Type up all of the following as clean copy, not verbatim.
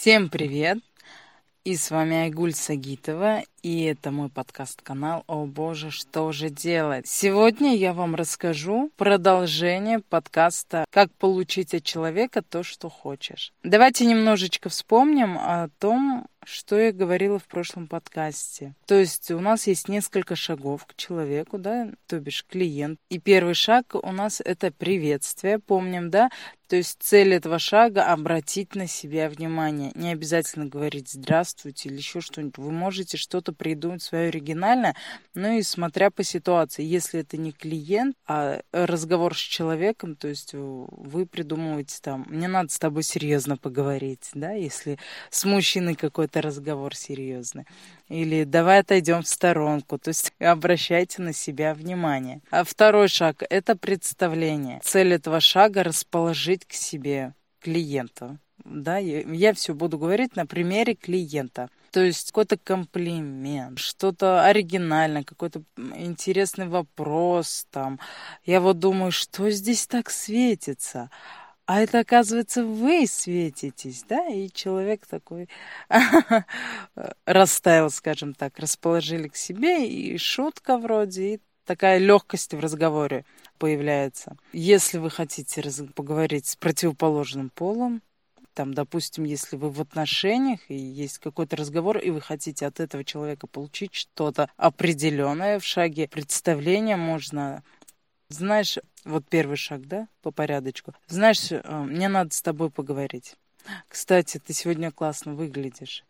Всем привет! И с вами Айгуль Сагитова, и это мой подкаст-канал «О боже, что же делать?». Сегодня я вам расскажу продолжение подкаста «Как получить от человека то, что хочешь». Давайте немножечко вспомним о том, что я говорила в прошлом подкасте. То есть у нас есть несколько шагов к человеку, да, то бишь клиент. И первый шаг у нас это приветствие, помним, да? То есть цель этого шага — обратить на себя внимание. Не обязательно говорить «здравствуйте» или еще что-нибудь. Вы можете что-то придумать свое оригинальное, ну и смотря по ситуации. Если это не клиент, а разговор с человеком, то есть вы придумываете там «мне надо с тобой серьезно поговорить», да, если с мужчиной какой-то разговор серьезный. Или «давай отойдем в сторонку», то есть обращайте на себя внимание. А второй шаг — это представление. Цель этого шага — расположить к себе клиента. Да, я все буду говорить на примере клиента. То есть какой-то комплимент, что-то оригинальное, какой-то интересный вопрос там. Я вот думаю, что здесь так светится? А это, оказывается, вы светитесь, да? И человек такой растаял, скажем так, расположили к себе, и шутка вроде, и такая легкость в разговоре появляется. Если вы хотите поговорить с противоположным полом, там, допустим, если вы в отношениях и есть какой-то разговор, и вы хотите от этого человека получить что-то определенное в шаге представления, можно... Знаешь, вот первый шаг, да, по порядочку. Знаешь, мне надо с тобой поговорить. Кстати, ты сегодня классно выглядишь.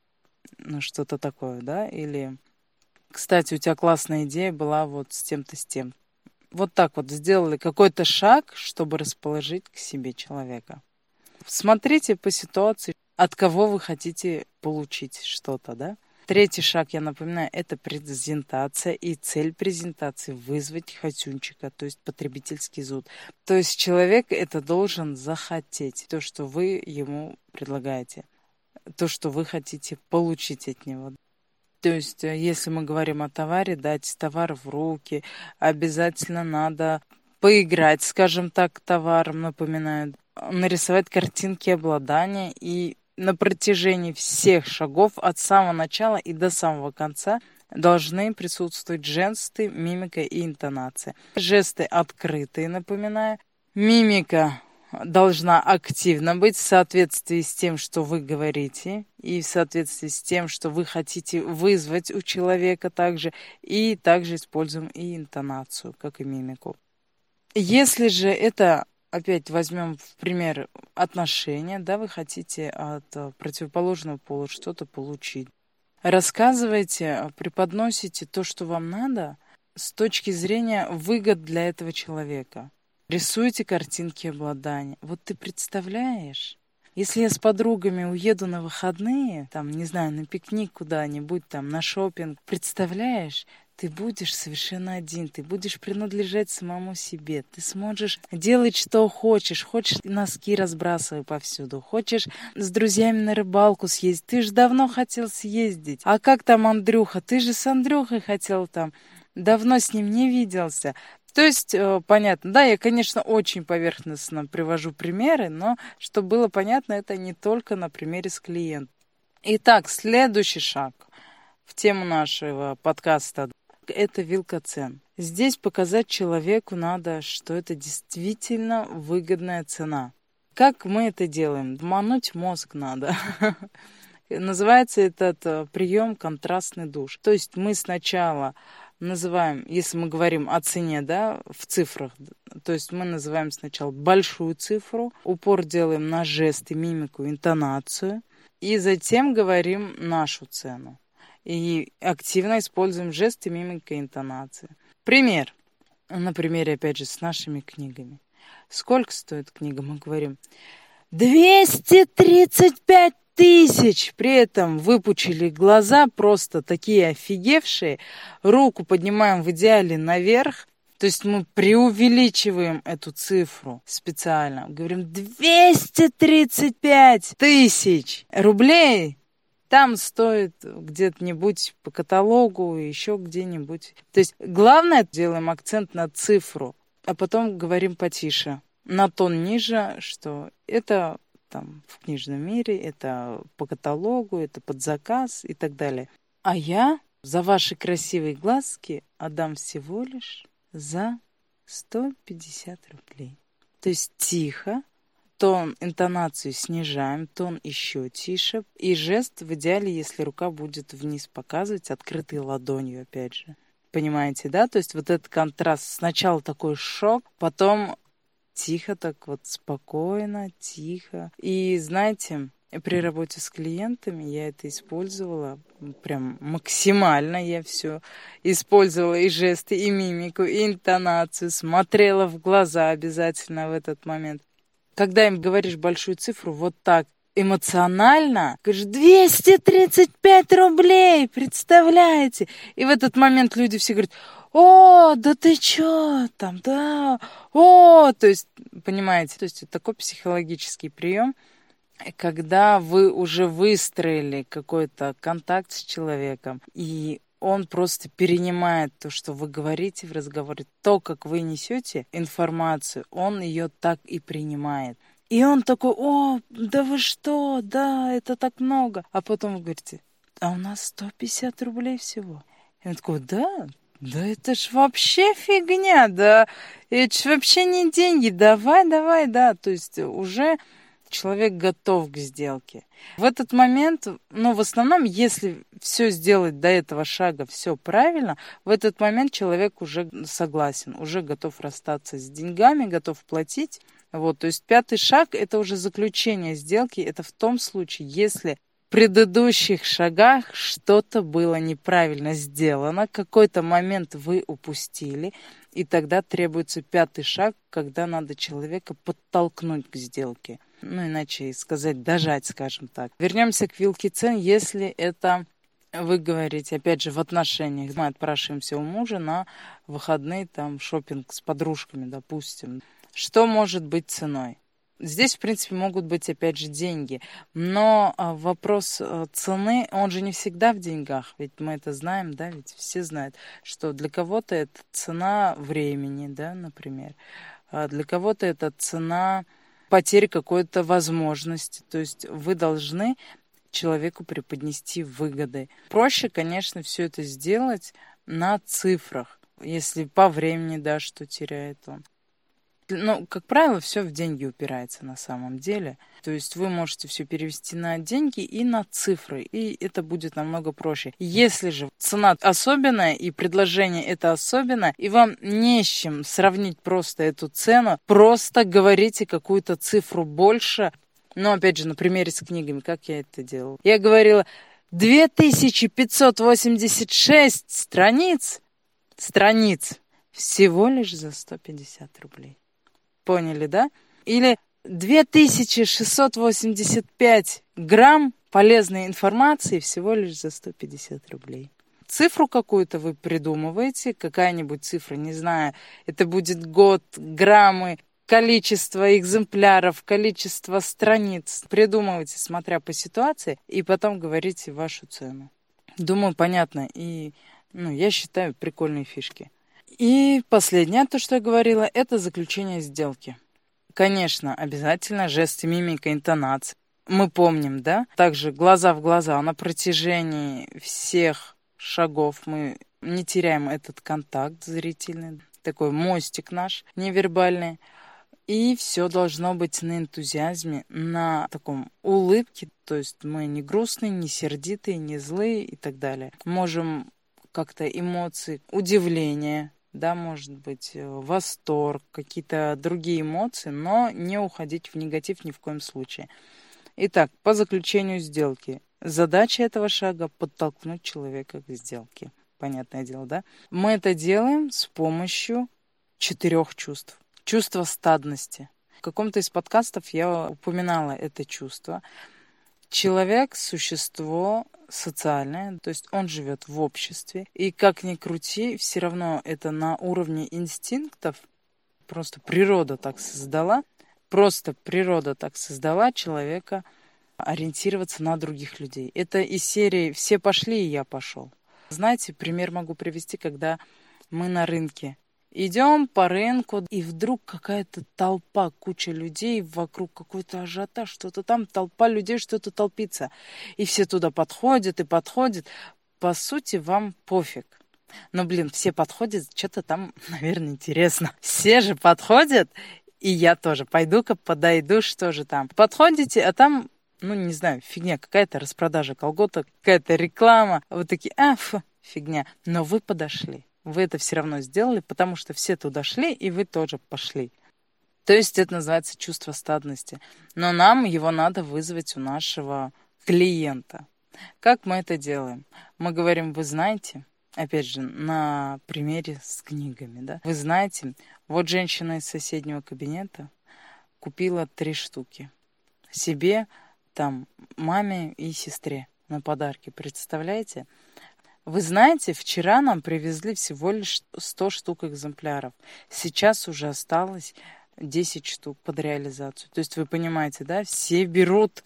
Ну, что-то такое, да? Или, кстати, у тебя классная идея была вот с тем-то, с тем. Вот так вот сделали какой-то шаг, чтобы расположить к себе человека. Смотрите по ситуации, от кого вы хотите получить что-то, да? Третий шаг, я напоминаю, это презентация. И цель презентации — вызвать хотюнчика, то есть потребительский зуд. То есть человек это должен захотеть, то, что вы ему предлагаете, то, что вы хотите получить от него. То есть если мы говорим о товаре, дать товар в руки, обязательно надо поиграть, скажем так, товаром, напоминаю, нарисовать картинки обладания, и на протяжении всех шагов от самого начала и до самого конца должны присутствовать жесты, мимика и интонация. Жесты открытые, напоминаю. Мимика должна активно быть в соответствии с тем, что вы говорите, и в соответствии с тем, что вы хотите вызвать у человека также. И также используем и интонацию, как и мимику. Если же это... Опять возьмем в пример отношения, да, вы хотите от противоположного пола что-то получить. Рассказывайте, преподносите то, что вам надо, с точки зрения выгод для этого человека. Рисуйте картинки обладания. Вот ты представляешь, если я с подругами уеду на выходные, там, не знаю, на пикник куда-нибудь, там, на шопинг, представляешь, ты будешь совершенно один, ты будешь принадлежать самому себе, ты сможешь делать, что хочешь, хочешь носки разбрасывай повсюду, хочешь с друзьями на рыбалку съездить, ты же давно хотел съездить, а как там Андрюха, ты же с Андрюхой хотел там, давно с ним не виделся. То есть, понятно, да, я, конечно, очень поверхностно привожу примеры, но чтобы было понятно, это не только на примере с клиентом. Итак, следующий шаг в тему нашего подкаста — это вилка цен. Здесь показать человеку надо, что это действительно выгодная цена. Как мы это делаем? Обмануть мозг надо. Называется этот прием контрастный душ. То есть мы сначала называем, если мы говорим о цене, да, в цифрах, то есть мы называем сначала большую цифру, упор делаем на жесты, мимику, интонацию, и затем говорим нашу цену. И активно используем жесты, мимика и интонации. Пример. На примере, опять же, с нашими книгами. Сколько стоит книга? Мы говорим 235 тысяч. При этом выпучили глаза, просто такие офигевшие. Руку поднимаем в идеале наверх. То есть мы преувеличиваем эту цифру специально. Говорим 235 тысяч рублей. Там стоит где-нибудь по каталогу, еще где-нибудь. То есть главное, делаем акцент на цифру, а потом говорим потише, на тон ниже, что это там в книжном мире, это по каталогу, это под заказ и так далее. А я за ваши красивые глазки отдам всего лишь за 150 рублей. То есть тихо, тон, интонацию снижаем, тон еще тише. И жест в идеале, если рука будет вниз показывать, открытой ладонью, опять же. Понимаете, да? То есть вот этот контраст. Сначала такой шок, потом тихо, так вот спокойно, тихо. И знаете, при работе с клиентами я это использовала прям максимально. Я все использовала, и жесты, и мимику, и интонацию, смотрела в глаза обязательно в этот момент. Когда им говоришь большую цифру вот так эмоционально, говоришь, 235 рублей, представляете? И в этот момент люди все говорят, о, да ты чё там, да, о, то есть, понимаете, то есть это такой психологический прием, когда вы уже выстроили какой-то контакт с человеком, и он просто перенимает то, что вы говорите в разговоре, то, как вы несете информацию, он ее так и принимает. И он такой, о, да вы что, да, это так много. А потом вы говорите, а у нас 150 рублей всего. И он такой, да это ж вообще фигня, да, это ж вообще не деньги, давай, да. То есть уже человек готов к сделке. В этот момент, в основном, если все сделать до этого шага, все правильно, в этот момент человек уже согласен, уже готов расстаться с деньгами, готов платить. Вот, то есть 5-й шаг – это уже заключение сделки. Это в том случае, если в предыдущих шагах что-то было неправильно сделано, какой-то момент вы упустили, и тогда требуется 5-й шаг, когда надо человека подтолкнуть к сделке. Иначе сказать, дожать, скажем так. Вернемся к вилке цен, если это, вы говорите, опять же, в отношениях. Мы отпрашиваемся у мужа на выходные, там, шопинг с подружками, допустим. Что может быть ценой? Здесь, в принципе, могут быть, опять же, деньги. Но вопрос цены, он же не всегда в деньгах. Ведь мы это знаем, да, ведь все знают, что для кого-то это цена времени, да, например. А для кого-то это цена потери какой-то возможности. То есть вы должны человеку преподнести выгоды. Проще, конечно, все это сделать на цифрах, если по времени, да, что теряет он. Как правило, все в деньги упирается на самом деле. То есть вы можете все перевести на деньги и на цифры, и это будет намного проще. Если же цена особенная и предложение это особенное, и вам не с чем сравнить просто эту цену, просто говорите какую-то цифру больше. Опять же, на примере с книгами, как я это делала. Я говорила 2586 страниц всего лишь за 150 рублей. Поняли, да? Или 2685 грамм полезной информации всего лишь за 150 рублей. Цифру какую-то вы придумываете, какая-нибудь цифра, не знаю, это будет год, граммы, количество экземпляров, количество страниц. Придумывайте, смотря по ситуации, и потом говорите вашу цену. Думаю, понятно. И, я считаю, прикольные фишки. И последнее, то, что я говорила, это заключение сделки. Конечно, обязательно жесты, мимика, интонация. Мы помним, да? Также глаза в глаза. На протяжении всех шагов мы не теряем этот контакт зрительный, такой мостик наш невербальный. И все должно быть на энтузиазме, на таком улыбке. То есть мы не грустные, не сердитые, не злые и так далее. Можем как-то эмоции, удивление, да, может быть, восторг, какие-то другие эмоции, но не уходить в негатив ни в коем случае. Итак, по заключению сделки. Задача этого шага – подтолкнуть человека к сделке. Понятное дело, да? Мы это делаем с помощью 4 чувств. Чувство стадности. В каком-то из подкастов я упоминала это чувство. Человек – существо социальное, то есть он живет в обществе. И как ни крути, все равно это на уровне инстинктов. Просто природа так создала. Человека ориентироваться на других людей. Это из серии «Все пошли, и я пошел». Знаете, пример могу привести, когда мы на рынке Идем по рынку, и вдруг какая-то толпа, куча людей, вокруг какой-то ажиотаж, что-то там, толпа людей, что-то толпится. И все туда подходят и подходят. По сути, вам пофиг. Но, блин, все подходят, что-то там, наверное, интересно. Все же подходят, и я тоже. Пойду-ка подойду, что же там. Подходите, а там, ну, не знаю, фигня, какая-то распродажа колготок, какая-то реклама. Вы такие, фигня. Но вы подошли. Вы это все равно сделали, потому что все туда шли, и вы тоже пошли. То есть это называется чувство стадности. Но нам его надо вызвать у нашего клиента. Как мы это делаем? Мы говорим, вы знаете, опять же, на примере с книгами, да? Вы знаете, вот женщина из соседнего кабинета купила 3 штуки. Себе, там, маме и сестре на подарки. Представляете? Вы знаете, вчера нам привезли всего лишь 100 штук экземпляров. Сейчас уже осталось 10 штук под реализацию. То есть вы понимаете, да? Все берут.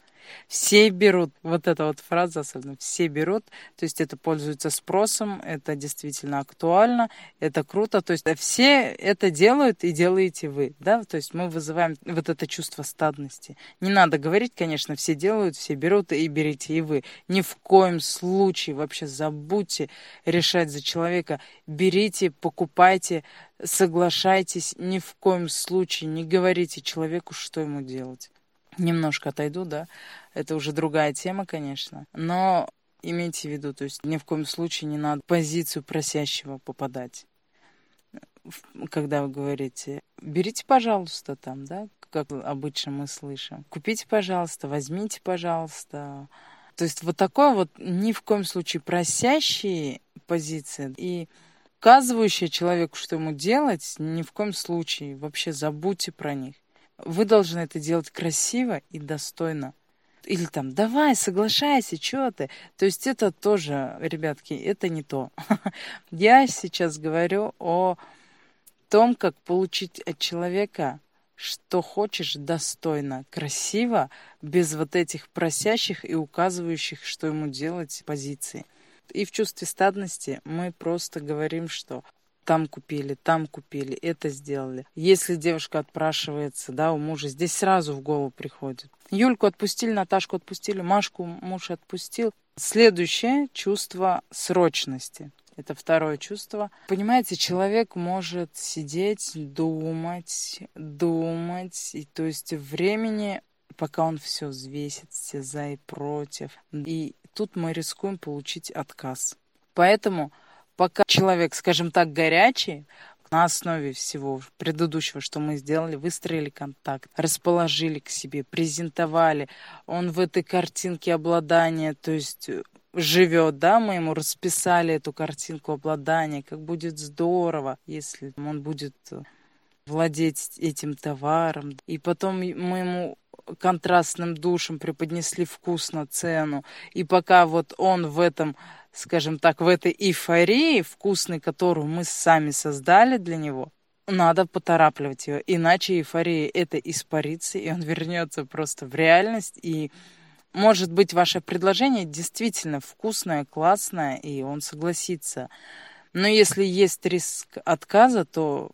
Вот эта вот фраза особенно, все берут, то есть это пользуется спросом, это действительно актуально, это круто, то есть все это делают и делаете вы, да, то есть мы вызываем вот это чувство стадности. Не надо говорить, конечно, все делают, все берут и берите и вы. Ни в коем случае вообще забудьте решать за человека, берите, покупайте, соглашайтесь, ни в коем случае не говорите человеку, что ему делать. Немножко отойду, да, это уже другая тема, конечно, но имейте в виду, то есть ни в коем случае не надо в позицию просящего попадать, когда вы говорите, берите, пожалуйста, там, да, как обычно мы слышим, купите, пожалуйста, возьмите, пожалуйста, то есть вот такое вот ни в коем случае просящие позиции и указывающие человеку, что ему делать, ни в коем случае вообще забудьте про них. Вы должны это делать красиво и достойно. Или там, давай, соглашайся, что ты. То есть это тоже, ребятки, это не то. Я сейчас говорю о том, как получить от человека, что хочешь, достойно, красиво, без вот этих просящих и указывающих, что ему делать позиций. И в чувстве стадности мы просто говорим, что там купили, это сделали. Если девушка отпрашивается, да, у мужа, здесь сразу в голову приходит. Юльку отпустили, Наташку отпустили, Машку муж отпустил. Следующее чувство срочности. Это второе чувство. Понимаете, человек может сидеть, думать, и то есть времени, пока он все взвесит, все за и против. И тут мы рискуем получить отказ. Поэтому пока человек, скажем так, горячий, на основе всего предыдущего, что мы сделали, выстроили контакт, расположили к себе, презентовали, он в этой картинке обладания, то есть живет, да, мы ему расписали эту картинку обладания, как будет здорово, если он будет владеть этим товаром. И потом мы ему контрастным душем преподнесли вкусно цену. И пока вот он в этом, скажем так, в этой эйфории вкусной, которую мы сами создали для него, надо поторапливать ее. Иначе эйфория это испарится, и он вернется просто в реальность. И может быть, ваше предложение действительно вкусное, классное, и он согласится. Но если есть риск отказа, то,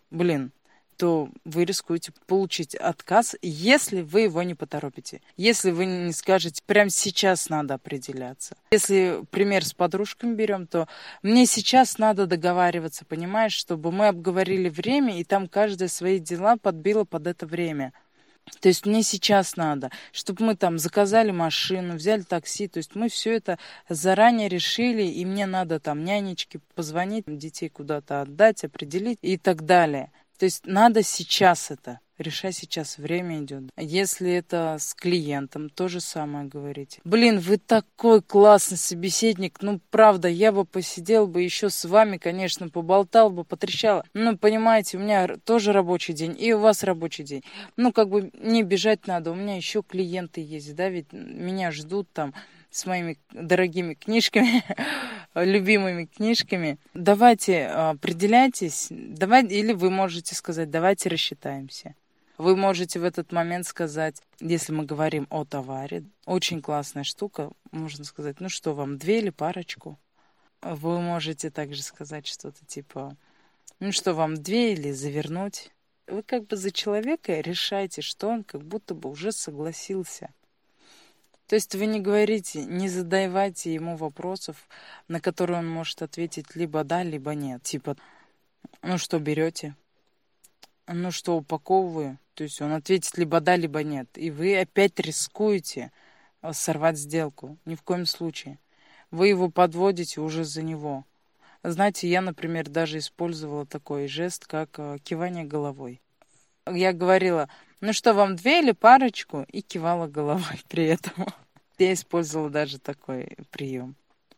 то вы рискуете получить отказ, если вы его не поторопите. Если вы не скажете, прямо сейчас надо определяться. Если пример с подружками берем, то мне сейчас надо договариваться, понимаешь, чтобы мы обговорили время, и там каждая свои дела подбила под это время. То есть мне сейчас надо, чтобы мы там заказали машину, взяли такси, то есть мы все это заранее решили, и мне надо там нянечке позвонить, детей куда-то отдать, определить и так далее. То есть надо сейчас это, решай сейчас, время идет. Если это с клиентом, то же самое говорите. Вы такой классный собеседник, правда, я бы посидел бы еще с вами, конечно, поболтал бы, потрещал. Понимаете, у меня тоже рабочий день, и у вас рабочий день. Не бежать надо, у меня еще клиенты есть, да, ведь меня ждут там с моими дорогими книжками, любимыми книжками. Давайте определяйтесь, или вы можете сказать, давайте рассчитаемся. Вы можете в этот момент сказать, если мы говорим о товаре, очень классная штука, можно сказать, что вам, 2 или парочку. Вы можете также сказать что-то типа, Ну что, вам 2 или завернуть? Вы как бы за человека решаете, что он как будто бы уже согласился. То есть вы не говорите, не задавайте ему вопросов, на которые он может ответить либо да, либо нет. Типа, ну что берете? Ну что упаковываю? То есть он ответит либо да, либо нет. И вы опять рискуете сорвать сделку. Ни в коем случае. Вы его подводите уже за него. Знаете, я, например, даже использовала такой жест, как кивание головой. Я говорила, ну что, вам 2 или парочку? И кивала головой при этом. Я использовала даже такой прием.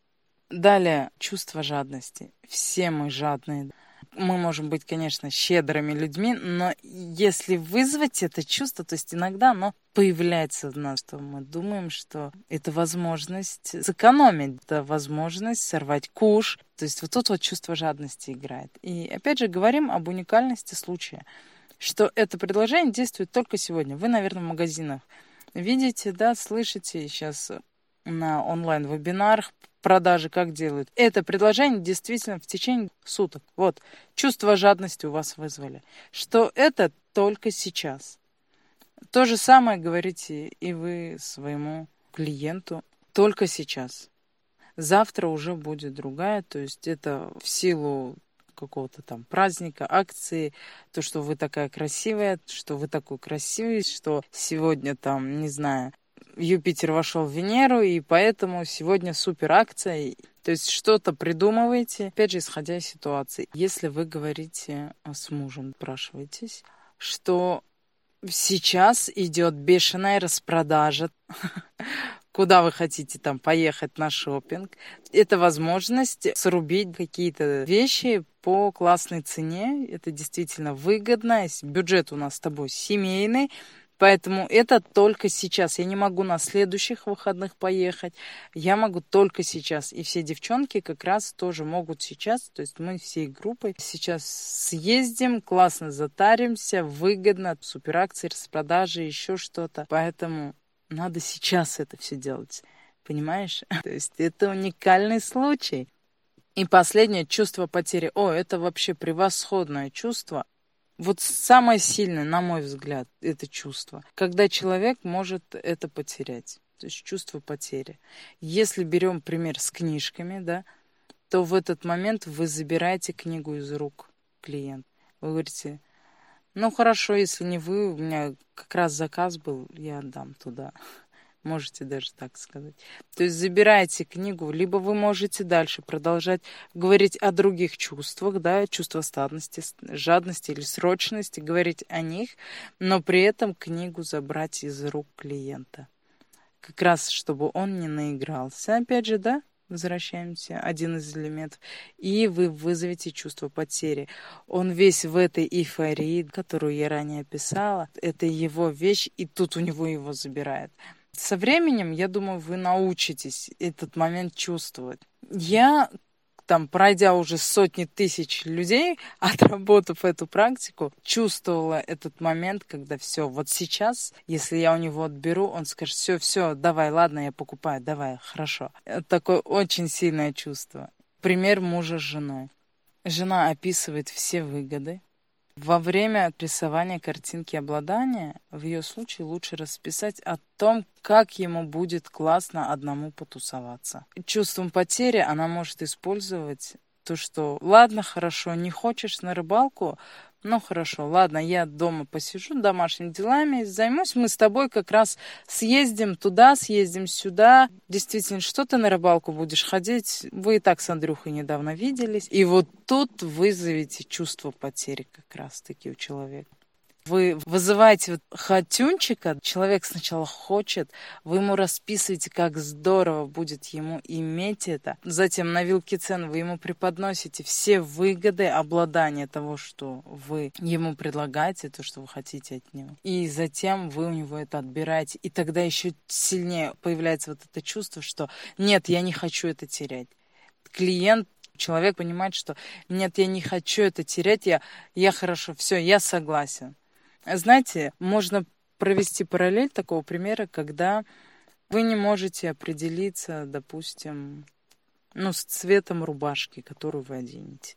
Далее, чувство жадности. Все мы жадные. Мы можем быть, конечно, щедрыми людьми, но если вызвать это чувство, то есть иногда оно появляется в нас, то мы думаем, что это возможность сэкономить, это возможность сорвать куш. То есть вот тут вот чувство жадности играет. И опять же говорим об уникальности случая, что это предложение действует только сегодня. Вы, наверное, в магазинах видите, да, слышите сейчас на онлайн-вебинарах продажи, как делают. Это предложение действительно в течение суток. Вот, чувство жадности у вас вызвали. Что это только сейчас. То же самое говорите и вы своему клиенту только сейчас. Завтра уже будет другая, то есть это в силу какого-то там праздника, акции, то, что вы такая красивая, что вы такой красивый, что сегодня там, не знаю, Юпитер вошел в Венеру, и поэтому сегодня супер акция. То есть что-то придумываете, опять же, исходя из ситуации. Если вы говорите с мужем, спрашиваетесь, что сейчас идет бешеная распродажа, куда вы хотите там поехать на шопинг. Это возможность срубить какие-то вещи по классной цене. Это действительно выгодно. Бюджет у нас с тобой семейный. Поэтому это только сейчас. Я не могу на следующих выходных поехать. Я могу только сейчас. И все девчонки как раз тоже могут сейчас. То есть мы всей группой сейчас съездим, классно затаримся, выгодно, суперакции, распродажи, еще что-то. Поэтому надо сейчас это все делать. Понимаешь? То есть это уникальный случай. И последнее, чувство потери. О, это вообще превосходное чувство. Вот самое сильное, на мой взгляд, это чувство, когда человек может это потерять, то есть чувство потери. Если берем пример с книжками, да, то в этот момент вы забираете книгу из рук клиента. Вы говорите, ну хорошо, если не вы, у меня как раз заказ был, я отдам туда. Можете даже так сказать. То есть забираете книгу, либо вы можете дальше продолжать говорить о других чувствах, да, чувства стадности, жадности или срочности, говорить о них, но при этом книгу забрать из рук клиента. Как раз, чтобы он не наигрался. Опять же, да, возвращаемся, один из элементов. И вы вызовете чувство потери. Он весь в этой эйфории, которую я ранее описала. Это его вещь, и тут у него его забирает. Со временем, я думаю, вы научитесь этот момент чувствовать. Я, там, пройдя уже сотни тысяч людей, отработав эту практику, чувствовала этот момент, когда все, вот сейчас, если я у него отберу, он скажет, все, давай, ладно, я покупаю, давай, хорошо. Это такое очень сильное чувство. Пример мужа с женой. Жена описывает все выгоды. Во время рисования картинки обладания, в ее случае лучше расписать о том, как ему будет классно одному потусоваться. Чувством потери она может использовать то, что ладно, хорошо, не хочешь на рыбалку, ну хорошо, ладно, я дома посижу домашними делами, займусь, мы с тобой как раз съездим туда, съездим сюда. Действительно, что ты на рыбалку будешь ходить? Вы и так с Андрюхой недавно виделись. И вот тут вызовете чувство потери как раз-таки у человека. Вы вызываете вот хатюнчика, человек сначала хочет, вы ему расписываете, как здорово будет ему иметь это. Затем на вилке цен вы ему преподносите все выгоды обладания того, что вы ему предлагаете, то, что вы хотите от него. И затем вы у него это отбираете. И тогда еще сильнее появляется вот это чувство, что нет, я не хочу это терять. Клиент, человек понимает, что нет, я не хочу это терять, я хорошо, все, я согласен. Знаете, можно провести параллель такого примера, когда вы не можете определиться, допустим, с цветом рубашки, которую вы оденете.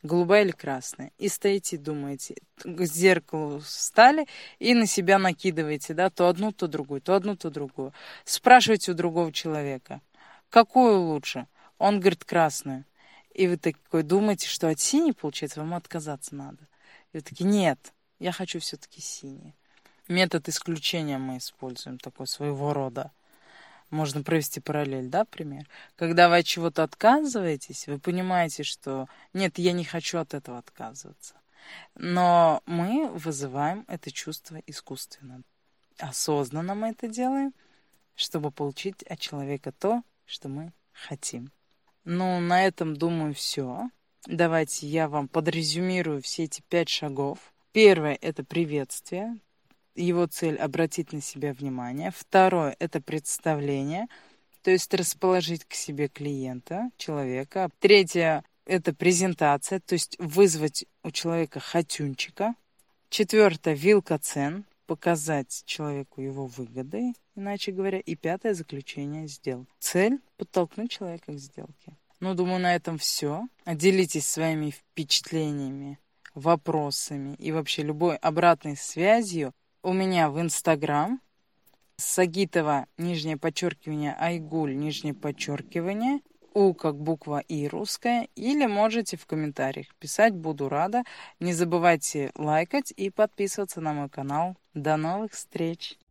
голубая или красная. И стоите, думаете, к зеркалу встали и на себя накидываете, да, то одну, то другую, то одну, то другую. Спрашиваете у другого человека, какую лучше? Он говорит, красную. И вы такой думаете, что от синей, получается, вам отказаться надо. И вы такие, нет, я хочу все-таки синий. Метод исключения мы используем, такой своего рода. Можно провести параллель, да, пример? Когда вы от чего-то отказываетесь, вы понимаете, что нет, я не хочу от этого отказываться. Но мы вызываем это чувство искусственно. Осознанно мы это делаем, чтобы получить от человека то, что мы хотим. Ну, на этом, думаю, все. Давайте я вам подрезюмирую все эти 5 шагов. Первое – это приветствие. Его цель – обратить на себя внимание. Второе – это представление, то есть расположить к себе клиента, человека. Третье – это презентация, то есть вызвать у человека хотюнчика. Четвертое – вилка цен, показать человеку его выгоды, иначе говоря. И пятое – заключение сделки. Цель – подтолкнуть человека к сделке. Ну, думаю, на этом все. Делитесь своими впечатлениями, вопросами и вообще любой обратной связью у меня в Инстаграм. Сагитова, нижнее подчеркивание, Айгуль, нижнее подчеркивание, У как буква И русская, или можете в комментариях писать, буду рада. Не забывайте лайкать и подписываться на мой канал. До новых встреч!